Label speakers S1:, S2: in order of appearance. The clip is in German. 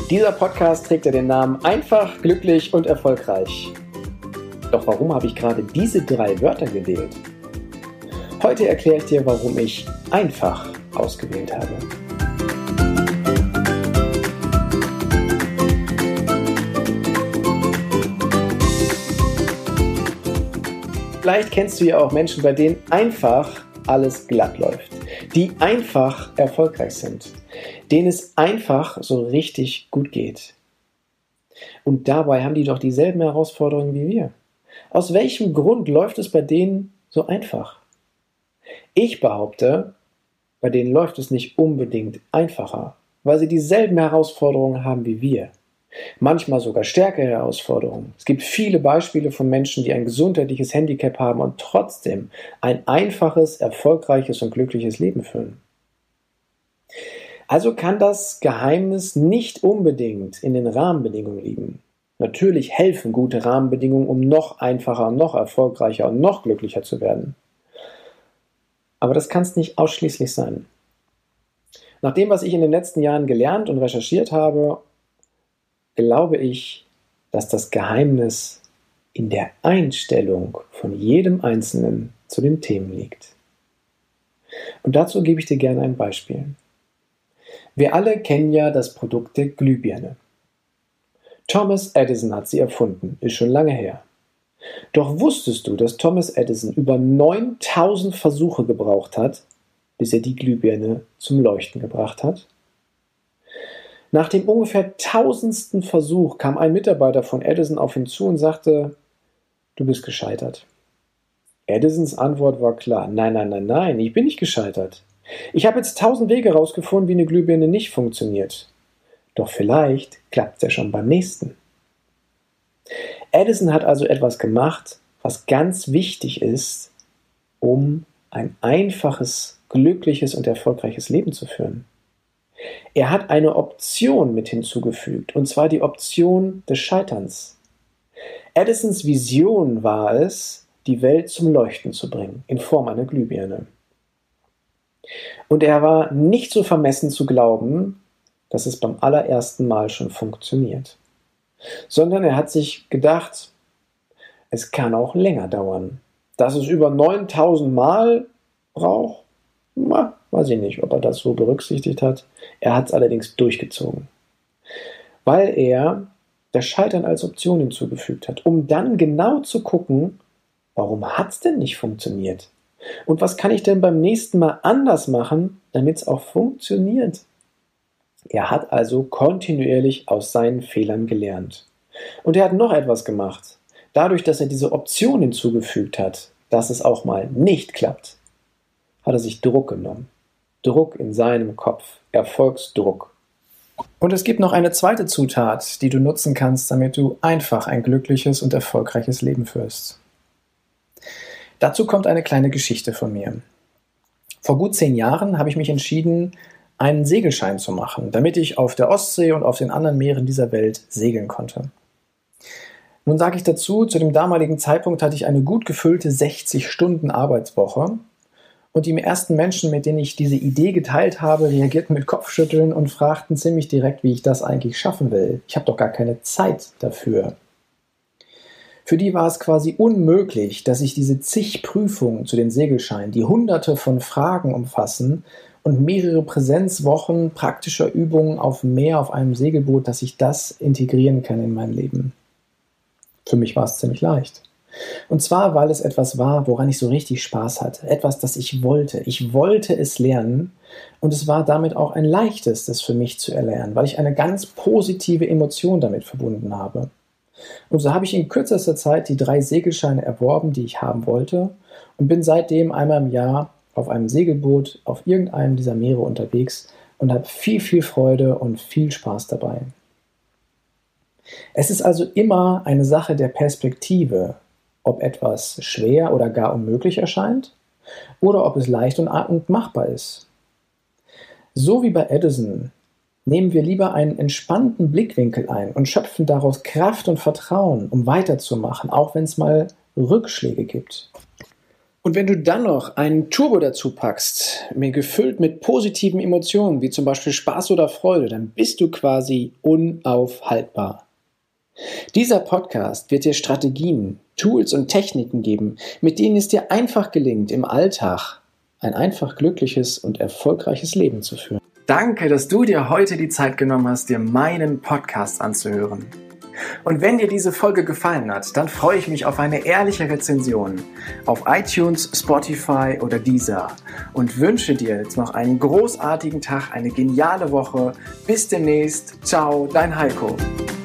S1: Dieser Podcast trägt ja den Namen Einfach, glücklich und erfolgreich. Doch warum habe ich gerade diese 3 Wörter gewählt? Heute erkläre ich dir, warum ich einfach ausgewählt habe. Vielleicht kennst du ja auch Menschen, bei denen einfach alles glatt läuft, die einfach erfolgreich sind, denen es einfach so richtig gut geht. Und dabei haben die doch dieselben Herausforderungen wie wir. Aus welchem Grund läuft es bei denen so einfach? Ich behaupte, bei denen läuft es nicht unbedingt einfacher, weil sie dieselben Herausforderungen haben wie wir. Manchmal sogar stärkere Herausforderungen. Es gibt viele Beispiele von Menschen, die ein gesundheitliches Handicap haben und trotzdem ein einfaches, erfolgreiches und glückliches Leben führen. Also kann das Geheimnis nicht unbedingt in den Rahmenbedingungen liegen. Natürlich helfen gute Rahmenbedingungen, um noch einfacher, noch erfolgreicher und noch glücklicher zu werden. Aber das kann es nicht ausschließlich sein. Nach dem, was ich in den letzten Jahren gelernt und recherchiert habe, glaube ich, dass das Geheimnis in der Einstellung von jedem Einzelnen zu den Themen liegt. Und dazu gebe ich dir gerne ein Beispiel. Wir alle kennen ja das Produkt der Glühbirne. Thomas Edison hat sie erfunden, ist schon lange her. Doch wusstest du, dass Thomas Edison über 9000 Versuche gebraucht hat, bis er die Glühbirne zum Leuchten gebracht hat? Nach dem ungefähr 1000. Versuch kam ein Mitarbeiter von Edison auf ihn zu und sagte: Du bist gescheitert. Edisons Antwort war klar: Nein, ich bin nicht gescheitert. Ich habe jetzt 1000 Wege herausgefunden, wie eine Glühbirne nicht funktioniert. Doch vielleicht klappt es ja schon beim nächsten. Edison hat also etwas gemacht, was ganz wichtig ist, um ein einfaches, glückliches und erfolgreiches Leben zu führen. Er hat eine Option mit hinzugefügt, und zwar die Option des Scheiterns. Edisons Vision war es, die Welt zum Leuchten zu bringen, in Form einer Glühbirne. Und er war nicht so vermessen zu glauben, dass es beim allerersten Mal schon funktioniert. Sondern er hat sich gedacht, es kann auch länger dauern. Dass es über 9000 Mal braucht, weiß ich nicht, ob er das so berücksichtigt hat. Er hat es allerdings durchgezogen. Weil er das Scheitern als Option hinzugefügt hat, um dann genau zu gucken, warum hat es denn nicht funktioniert? Und was kann ich denn beim nächsten Mal anders machen, damit es auch funktioniert? Er hat also kontinuierlich aus seinen Fehlern gelernt. Und er hat noch etwas gemacht. Dadurch, dass er diese Option hinzugefügt hat, dass es auch mal nicht klappt, hat er sich Druck genommen. Druck in seinem Kopf, Erfolgsdruck. Und es gibt noch eine zweite Zutat, die du nutzen kannst, damit du einfach ein glückliches und erfolgreiches Leben führst. Dazu kommt eine kleine Geschichte von mir. Vor gut 10 Jahren habe ich mich entschieden, einen Segelschein zu machen, damit ich auf der Ostsee und auf den anderen Meeren dieser Welt segeln konnte. Nun sage ich dazu, zu dem damaligen Zeitpunkt hatte ich eine gut gefüllte 60-Stunden-Arbeitswoche. Und die ersten Menschen, mit denen ich diese Idee geteilt habe, reagierten mit Kopfschütteln und fragten ziemlich direkt, wie ich das eigentlich schaffen will. Ich habe doch gar keine Zeit dafür. Für die war es quasi unmöglich, dass ich diese zig Prüfungen zu den Segelscheinen, die Hunderte von Fragen umfassen und mehrere Präsenzwochen praktischer Übungen auf dem Meer auf einem Segelboot, dass ich das integrieren kann in mein Leben. Für mich war es ziemlich leicht. Und zwar, weil es etwas war, woran ich so richtig Spaß hatte. Etwas, das ich wollte. Ich wollte es lernen und es war damit auch ein leichtes, das für mich zu erlernen, weil ich eine ganz positive Emotion damit verbunden habe. Und so habe ich in kürzester Zeit die 3 Segelscheine erworben, die ich haben wollte, und bin seitdem einmal im Jahr auf einem Segelboot auf irgendeinem dieser Meere unterwegs und habe viel, viel Freude und viel Spaß dabei. Es ist also immer eine Sache der Perspektive, ob etwas schwer oder gar unmöglich erscheint oder ob es leicht und machbar ist. So wie bei Edison nehmen wir lieber einen entspannten Blickwinkel ein und schöpfen daraus Kraft und Vertrauen, um weiterzumachen, auch wenn es mal Rückschläge gibt. Und wenn du dann noch einen Turbo dazu packst, gefüllt mit positiven Emotionen, wie zum Beispiel Spaß oder Freude, dann bist du quasi unaufhaltbar. Dieser Podcast wird dir Strategien, Tools und Techniken geben, mit denen es dir einfach gelingt, im Alltag ein einfach glückliches und erfolgreiches Leben zu führen. Danke, dass du dir heute die Zeit genommen hast, dir meinen Podcast anzuhören. Und wenn dir diese Folge gefallen hat, dann freue ich mich auf eine ehrliche Rezension auf iTunes, Spotify oder Deezer und wünsche dir jetzt noch einen großartigen Tag, eine geniale Woche. Bis demnächst. Ciao, dein Heiko.